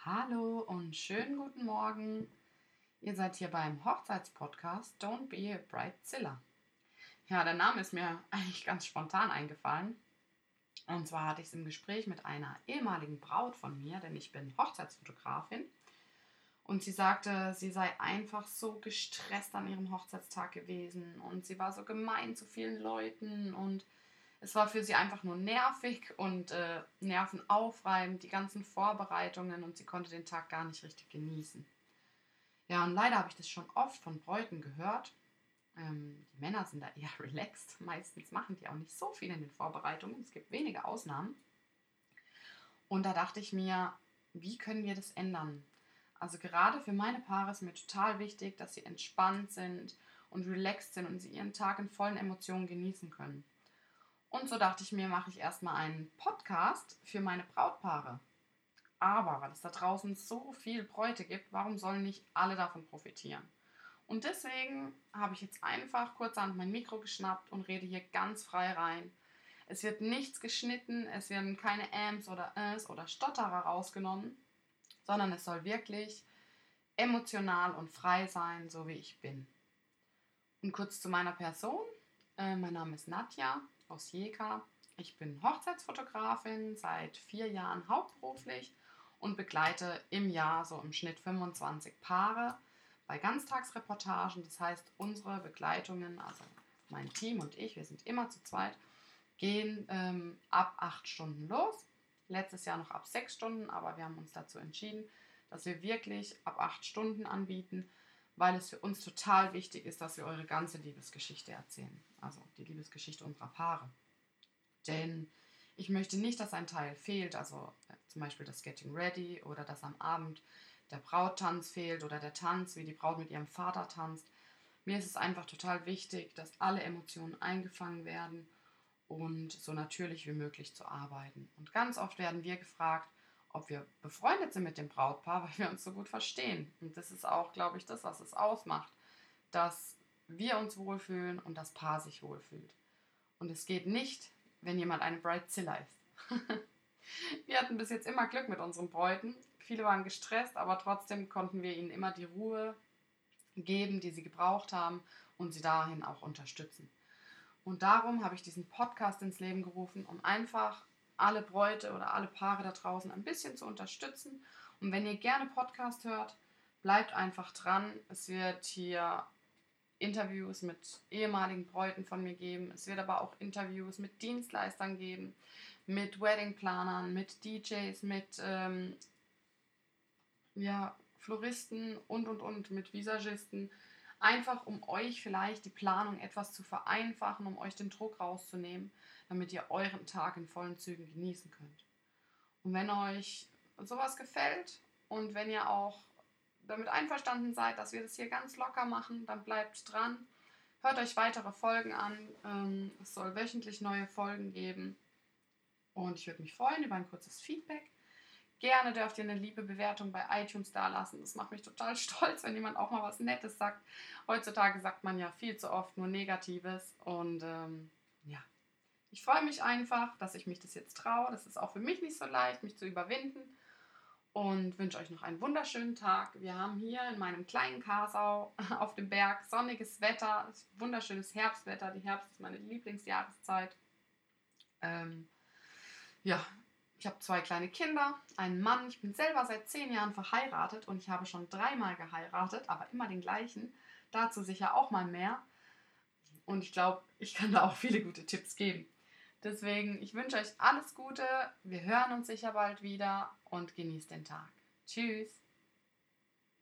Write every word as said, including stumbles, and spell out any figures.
Hallo und schönen guten Morgen. Ihr seid hier beim Hochzeitspodcast Don't Be a Bridezilla. Ja, der Name ist mir eigentlich ganz spontan eingefallen. Und zwar hatte ich es im Gespräch mit einer ehemaligen Braut von mir, denn ich bin Hochzeitsfotografin. Und sie sagte, sie sei einfach so gestresst an ihrem Hochzeitstag gewesen und sie war so gemein zu vielen Leuten und es war für sie einfach nur nervig und äh, nervenaufreibend, die ganzen Vorbereitungen, und sie konnte den Tag gar nicht richtig genießen. Ja, und leider habe ich das schon oft von Bräuten gehört. Ähm, die Männer sind da eher relaxed. Meistens machen die auch nicht so viel in den Vorbereitungen. Es gibt wenige Ausnahmen. Und da dachte ich mir, wie können wir das ändern? Also gerade für meine Paare ist mir total wichtig, dass sie entspannt sind und relaxed sind und sie ihren Tag in vollen Emotionen genießen können. Und so dachte ich mir, mache ich erstmal einen Podcast für meine Brautpaare. Aber weil es da draußen so viele Bräute gibt, warum sollen nicht alle davon profitieren? Und deswegen habe ich jetzt einfach kurzerhand mein Mikro geschnappt und rede hier ganz frei rein. Es wird nichts geschnitten, es werden keine Ams oder Äs oder Stotterer rausgenommen, sondern es soll wirklich emotional und frei sein, so wie ich bin. Und kurz zu meiner Person. Äh, mein Name ist Nadja aus Jeka. Ich bin Hochzeitsfotografin, seit vier Jahren hauptberuflich und begleite im Jahr so im Schnitt fünfundzwanzig Paare bei Ganztagsreportagen. Das heißt, unsere Begleitungen, also mein Team und ich, wir sind immer zu zweit, gehen ähm, ab acht Stunden los. Letztes Jahr noch ab sechs Stunden, aber wir haben uns dazu entschieden, dass wir wirklich ab acht Stunden anbieten, weil es für uns total wichtig ist, dass wir eure ganze Liebesgeschichte erzählen. Also die Liebesgeschichte unserer Paare. Denn ich möchte nicht, dass ein Teil fehlt, also äh, zum Beispiel das Getting Ready oder dass am Abend der Brauttanz fehlt oder der Tanz, wie die Braut mit ihrem Vater tanzt. Mir ist es einfach total wichtig, dass alle Emotionen eingefangen werden und so natürlich wie möglich zu arbeiten. Und ganz oft werden wir gefragt, ob wir befreundet sind mit dem Brautpaar, weil wir uns so gut verstehen. Und das ist auch, glaube ich, das, was es ausmacht, dass wir uns wohlfühlen und das Paar sich wohlfühlt. Und es geht nicht, wenn jemand eine Bridezilla ist. Wir hatten bis jetzt immer Glück mit unseren Bräuten. Viele waren gestresst, aber trotzdem konnten wir ihnen immer die Ruhe geben, die sie gebraucht haben, und sie dahin auch unterstützen. Und darum habe ich diesen Podcast ins Leben gerufen, um einfach alle Bräute oder alle Paare da draußen ein bisschen zu unterstützen. Und wenn ihr gerne Podcast hört, bleibt einfach dran. Es wird hier Interviews mit ehemaligen Bräuten von mir geben. Es wird aber auch Interviews mit Dienstleistern geben, mit Weddingplanern, mit D Js, mit ähm, ja, Floristen und und und, mit Visagisten. Einfach um euch vielleicht die Planung etwas zu vereinfachen, um euch den Druck rauszunehmen, damit ihr euren Tag in vollen Zügen genießen könnt. Und wenn euch sowas gefällt und wenn ihr auch damit einverstanden seid, dass wir das hier ganz locker machen, dann bleibt dran. Hört euch weitere Folgen an. Ähm, es soll wöchentlich neue Folgen geben. Und ich würde mich freuen über ein kurzes Feedback. Gerne dürft ihr eine liebe Bewertung bei iTunes dalassen. Das macht mich total stolz, wenn jemand auch mal was Nettes sagt. Heutzutage sagt man ja viel zu oft nur Negatives. Und ähm, ja, ich freue mich einfach, dass ich mich das jetzt traue. Das ist auch für mich nicht so leicht, mich zu überwinden. Und wünsche euch noch einen wunderschönen Tag. Wir haben hier in meinem kleinen Kasau auf dem Berg sonniges Wetter, wunderschönes Herbstwetter. Die Herbst ist meine Lieblingsjahreszeit. Ähm, ja, ich habe zwei kleine Kinder, einen Mann. Ich bin selber seit zehn Jahren verheiratet und ich habe schon dreimal geheiratet, aber immer den gleichen. Dazu sicher auch mal mehr. Und ich glaube, ich kann da auch viele gute Tipps geben. Deswegen, ich wünsche euch alles Gute. Wir hören uns sicher bald wieder und genießt den Tag. Tschüss.